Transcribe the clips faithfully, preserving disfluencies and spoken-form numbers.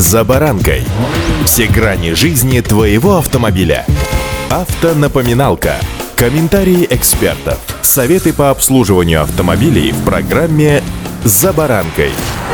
«За баранкой». Все грани жизни твоего автомобиля. Автонапоминалка. Комментарии экспертов. Советы по обслуживанию автомобилей в программе «За баранкой».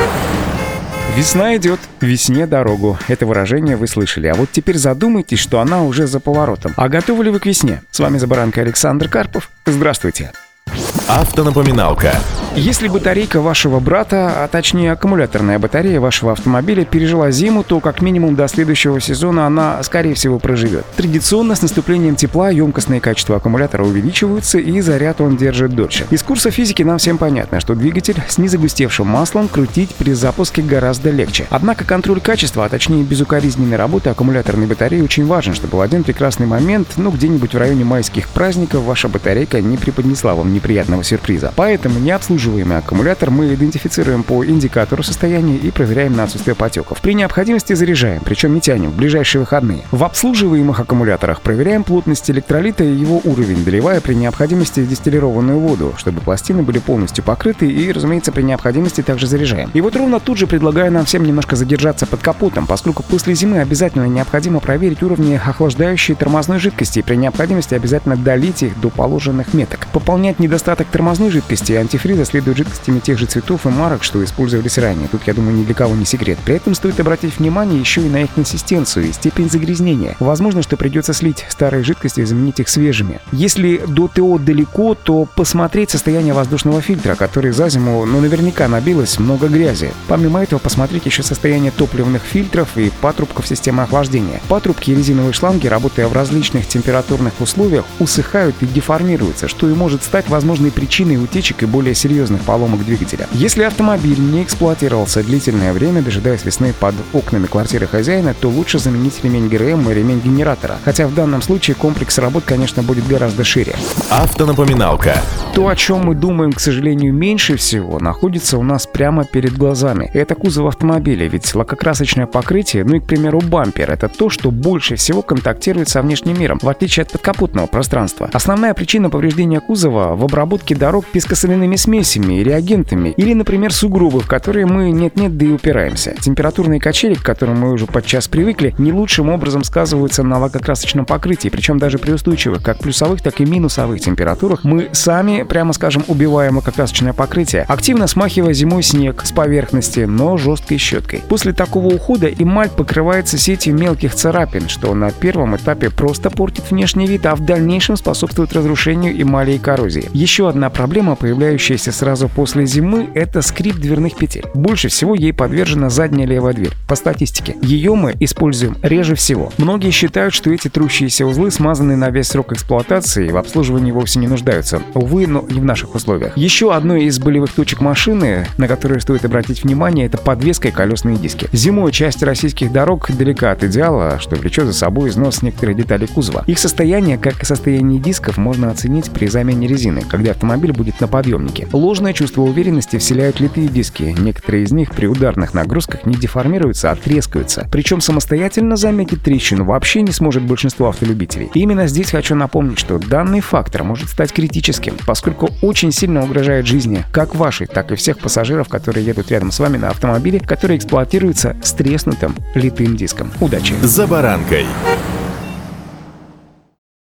Весна идет, весне дорогу. Это выражение вы слышали. А вот теперь задумайтесь, что она уже за поворотом. А готовы ли вы к весне? С вами «За баранкой» Александр Карпов. Здравствуйте. Автонапоминалка. Если батарейка вашего брата, а точнее аккумуляторная батарея вашего автомобиля пережила зиму, то как минимум до следующего сезона она, скорее всего, проживет. Традиционно с наступлением тепла емкостные качества аккумулятора увеличиваются, и заряд он держит дольше. Из курса физики нам всем понятно, что двигатель с незагустевшим маслом крутить при запуске гораздо легче. Однако контроль качества, а точнее безукоризненной работы аккумуляторной батареи очень важен, чтобы в один прекрасный момент, ну где-нибудь в районе майских праздников, ваша батарейка не преподнесла вам неприятного сюрприза. Поэтому необслуживаемый аккумулятор мы идентифицируем по индикатору состояния и проверяем на отсутствие потеков. При необходимости заряжаем, причем не тянем в ближайшие выходные. В обслуживаемых аккумуляторах проверяем плотность электролита и его уровень, доливая при необходимости дистиллированную воду, чтобы пластины были полностью покрыты, и, разумеется, при необходимости также заряжаем. И вот ровно тут же предлагаю нам всем немножко задержаться под капотом, поскольку после зимы обязательно необходимо проверить уровни охлаждающей тормозной жидкости и при необходимости обязательно долить их до положенных меток. Пополнять недостаток тормозной жидкости и антифриза следует жидкостями тех же цветов и марок, что использовались ранее. Тут, я думаю, ни для кого не секрет. При этом стоит обратить внимание еще и на их консистенцию и степень загрязнения. Возможно, что придется слить старые жидкости и заменить их свежими. Если до ТО далеко, то посмотреть состояние воздушного фильтра, который за зиму, ну, наверняка набилось много грязи. Помимо этого, посмотреть еще состояние топливных фильтров и патрубков системы охлаждения. Патрубки и резиновые шланги, работая в различных температурных условиях, усыхают и деформируются, что и может стать возможной причиной утечек и более серьезных поломок двигателя. Если автомобиль не эксплуатировался длительное время, дожидаясь весны под окнами квартиры хозяина, то лучше заменить ремень ГРМ и ремень генератора. Хотя в данном случае комплекс работ, конечно, будет гораздо шире. Автонапоминалка. То, о чем мы думаем, к сожалению, меньше всего, находится у нас прямо перед глазами. Это кузов автомобиля, ведь лакокрасочное покрытие, ну и, к примеру, бампер — это то, что больше всего контактирует со внешним миром, в отличие от подкапотного пространства. Основная причина повреждения кузова в обработке дорог пескосоляными смесями и реагентами, или, например, сугробы, в которые мы нет-нет, да и упираемся. Температурные качели, к которым мы уже подчас привыкли, не лучшим образом сказываются на лакокрасочном покрытии, причем даже при устойчивых как плюсовых, так и минусовых температурах мы сами, прямо скажем, убиваем лакокрасочное покрытие, активно смахивая зимой снег с поверхности, но жесткой щеткой. После такого ухода эмаль покрывается сетью мелких царапин, что на первом этапе просто портит внешний вид, а в дальнейшем способствует разрушению эмали и коррозии. Еще одна проблема, появляющаяся сразу после зимы, это скрип дверных петель. Больше всего ей подвержена задняя левая дверь. По статистике, ее мы используем реже всего. Многие считают, что эти трущиеся узлы смазаны на весь срок эксплуатации и в обслуживании вовсе не нуждаются. Увы, но не в наших условиях. Еще одной из болевых точек машины, на которую стоит обратить внимание, это подвеска и колесные диски. Зимой часть российских дорог далека от идеала, что влечет за собой износ некоторых деталей кузова. Их состояние, как и состояние дисков, можно оценить при замене резины, когда автомобиль будет на подъемнике. Ложное чувство уверенности вселяют литые диски. Некоторые из них при ударных нагрузках не деформируются, а трескаются. Причем самостоятельно заметить трещину вообще не сможет большинство автолюбителей. И именно здесь хочу напомнить, что данный фактор может стать критическим, поскольку очень сильно угрожает жизни как вашей, так и всех пассажиров, которые едут рядом с вами на автомобиле, который эксплуатируется с треснутым литым диском. Удачи! За баранкой.